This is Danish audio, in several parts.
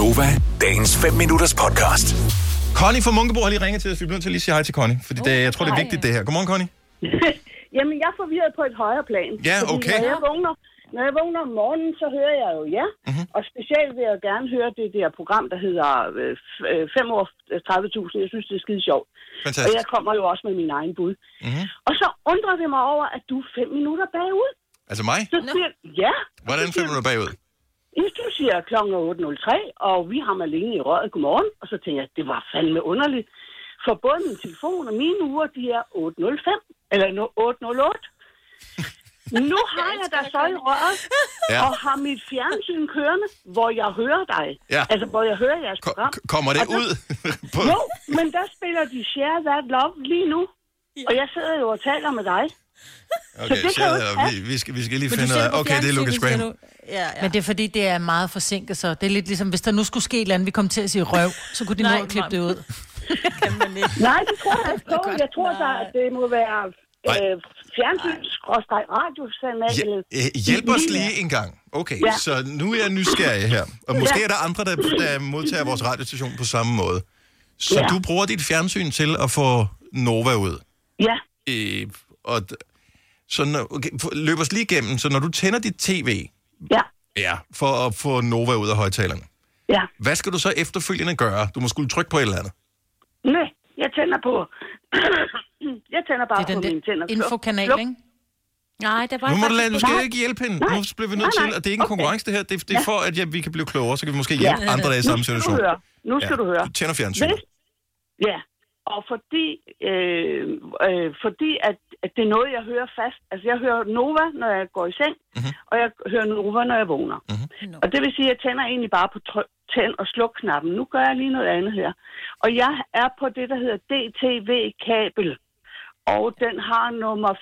Gonova, dagens 5 minutters podcast. Connie fra Munkebo har lige ringet til os. Vi bliver nødt til at lige sige hej til Connie, fordi jeg tror, det er vigtigt det her. Godmorgen, Connie. Jamen, jeg er forvirret på et højere plan. Ja, okay. Når jeg vågner om morgenen, så hører jeg jo Og specielt vil jeg gerne høre det der program, der hedder 5 år 30.000. Jeg synes, det er skide sjovt. Fantastisk. Og jeg kommer jo også med min egen bud. Og så undrer det mig over, at du er 5 minutter bagud. Altså mig? Så siger ja. Hvordan 5 minutter bagud? Du siger kl. 8.03, og vi har Malene i røret. Godmorgen. Og så tænker jeg, det var fandme underligt. For både min telefon og mine uger, de er 8.05. Eller 8.08. Nu har jeg dig så i røret, og har mit fjernsyn kørende, hvor jeg hører dig. Ja. Altså, hvor jeg hører jeres program. Kommer det ud? Jo, men der spiller de Share That Love lige nu. Og jeg sidder jo og taler med dig. Okay, vi skal lige finde ud af. Okay, det er Lucas Graham. Ja. Men det er fordi, det er meget forsinket, så det er lidt ligesom, hvis der nu skulle ske et eller andet, vi kom til at sige røv, så kunne de nå at klippe det ud. Nej, det tror jeg ikke på. Jeg tror så, at det må være fjernsyn-radiosanal. Hjælp os lige en gang. Okay, så nu er jeg nysgerrig her. Og måske er der andre, der modtager vores radiostation på samme måde. Så du bruger dit fjernsyn til at få Nova ud? Ja. Så løb os lige igennem. Så når du tænder dit tv, for at få Nova ud af højtalerne, hvad skal du så efterfølgende gøre? Du må skulle trykke på et eller andet. Nej, jeg tænder bare på min tænder. Infokanal, ikke? Nej, det var du skal jo ikke hjælpe hende. Nu bliver vi nødt til, at det er ikke en konkurrence, det her. Det er for, at vi kan blive klogere, så kan vi måske hjælpe andre, der er i samme situation. Nu skal du høre. Du tænder fjernsynet. Ja, og fordi at det er noget, jeg hører fast. Altså, jeg hører Nova, når jeg går i seng, og jeg hører Nova, når jeg vågner. Og det vil sige, at jeg tænder egentlig bare på tænd- og sluk-knappen. Nu gør jeg lige noget andet her. Og jeg er på det, der hedder DTV-kabel. Og den har nummer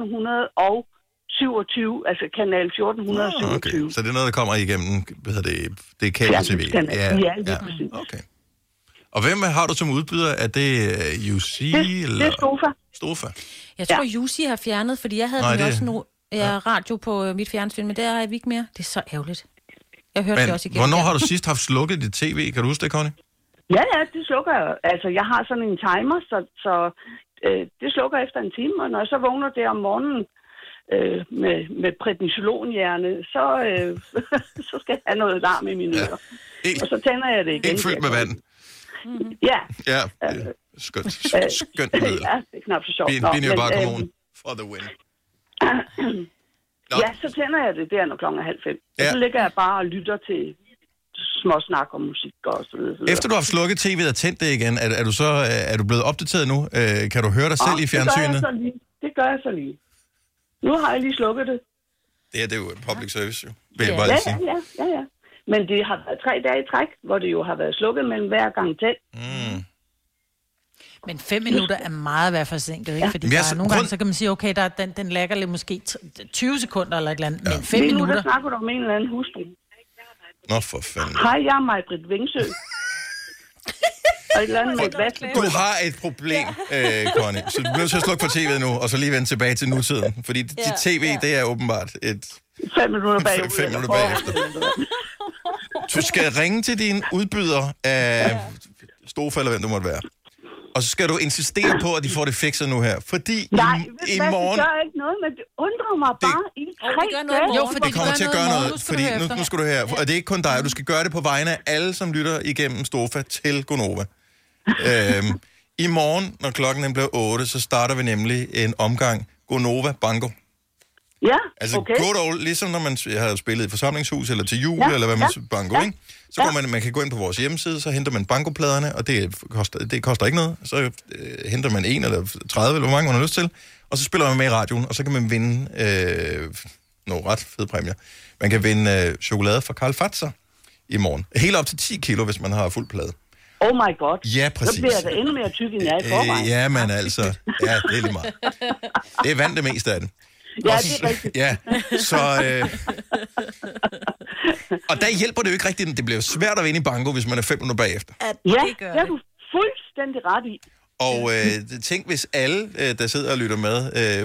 1427, altså kanal 1427. Okay, så det er noget, der kommer igennem, det er kabel-tv. Ja, lige præcis. Okay. Og hvem har du som udbyder? Er det UC? Det er Stofa. Jeg tror, UC har fjernet, fordi jeg havde også radio på mit fjernsyn, men der har jeg ikke mere. Det er så ærgerligt. Jeg hørte det også igen. Hvornår har du sidst haft slukket dit tv? Kan du huske det, Connie? Ja, det slukker jeg. Altså, jeg har sådan en timer, så det slukker efter en time, og når jeg så vågner der om morgenen med prednisolonhjerne, så skal jeg have noget larm i mine ører. Og så tænder jeg det igen. Ikke fyldt med vand. Ja. Ja, skønt middel. Ja, det er knap så sjovt. Binø bare kommunen for the win. Ja, så tænder jeg det der, når klokken er 4:30. Og så ligger jeg bare og lytter til små snak om musik og så videre. Efter du har slukket tv'et og tændt det igen, er du blevet opdateret nu? Kan du høre dig selv i fjernsynet? Det gør jeg så lige. Nu har jeg lige slukket det. Det er jo public service, jo. Vil jeg bare sige. Ja. Men det har været 3 dage i træk, hvor det jo har været slukket mellem hver gang tændt. Men 5 minutter er meget i hvert fald forsinket, ikke? Fordi nogle gange, så kan man sige, okay, den lægger lidt måske 20 sekunder eller et eller andet, men 5 minutter... Der snakker du om en eller anden hustru. Nå, for fanden. Hej, jeg er Maj-Britt Vingsø. Og et eller andet med et vask. Du har et problem, Connie, så du bliver nødt til at slukke på tv'et nu, og så lige vende tilbage til nutiden. Fordi dit tv, det er åbenbart et... 5 minutter bagefter. 5 minutter bagefter. Du skal ringe til din udbyder af Stofa, eller hvem du måtte være. Og så skal du insistere på, at de får det fikset nu her. Fordi i morgen... det gør ikke noget, men det undrer mig bare i 3 dage. Jo, fordi det kommer til at gøre noget, fordi nu skal du høre. Og det er ikke kun dig, du skal gøre det på vegne af alle, som lytter igennem Stofa til Gonova. I morgen, når klokken bliver 8, så starter vi nemlig en omgang Gonova Bango. Ja, altså good old, ligesom når man har spillet i forsamlingshus, eller til jul, eller hvad man bango, ikke? Så går man kan gå ind på vores hjemmeside, så henter man bankopladerne, og det koster ikke noget. Så henter man 1 eller 30, eller hvor mange man har lyst til, og så spiller man med i radioen, og så kan man vinde nogle ret fede præmier. Man kan vinde chokolade fra Karl Fatser i morgen. Helt op til 10 kilo, hvis man har fuld plade. Oh my god. Ja, præcis. Så bliver jeg da endnu mere tyk, end jeg er i forvejen. Ja, men altså, det er lige meget. Det er vand det meste af den. Ja, det er rigtigt. Ja, så... Og der hjælper det jo ikke rigtigt. Det bliver svært at vinde i banko, hvis man er 5 minutter bagefter. Ja, det er du fuldstændig ret i. Og tænk, hvis alle, der sidder og lytter med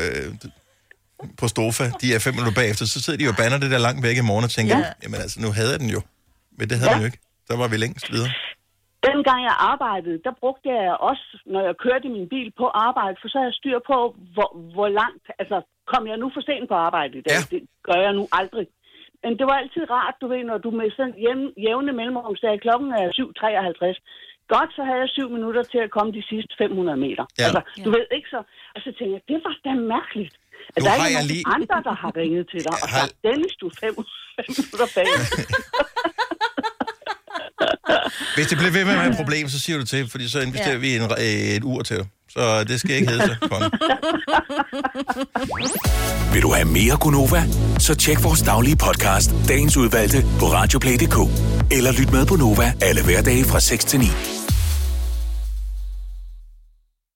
på Stofa, de er 5 minutter bagefter, så sidder de og banner det der langt væk i morgen og tænker, jamen altså, nu havde jeg den jo. Men det havde den jo ikke. Der var vi længst videre. Dengang jeg arbejdede, der brugte jeg også, når jeg kørte min bil på arbejde, for så havde jeg styr på, hvor langt, altså kom jeg nu for sent på arbejde i dag? Ja. Det gør jeg nu aldrig. Men det var altid rart, du ved, når du med sådan jævne mellemrum sagde, klokken er 7:53. Godt, så havde jeg 7 minutter til at komme de sidste 500 meter. Ja. Altså, du ved ikke så. Og så tænkte jeg, det var da mærkeligt. At der er ikke nogen andre, der har ringet til dig, og sagt, Dennis, du 5 minutter bag. Hvis det bliver ved med at være et problem, så siger du til, fordi så investerer vi et ur til dig. Så det skal ikke hedde sig. Vil du have mere Gunova? Så tjek vores daglige podcast, dagens udvalgte, på radioplay.dk. Eller lyt med på Nova alle hverdage fra 6 til 9.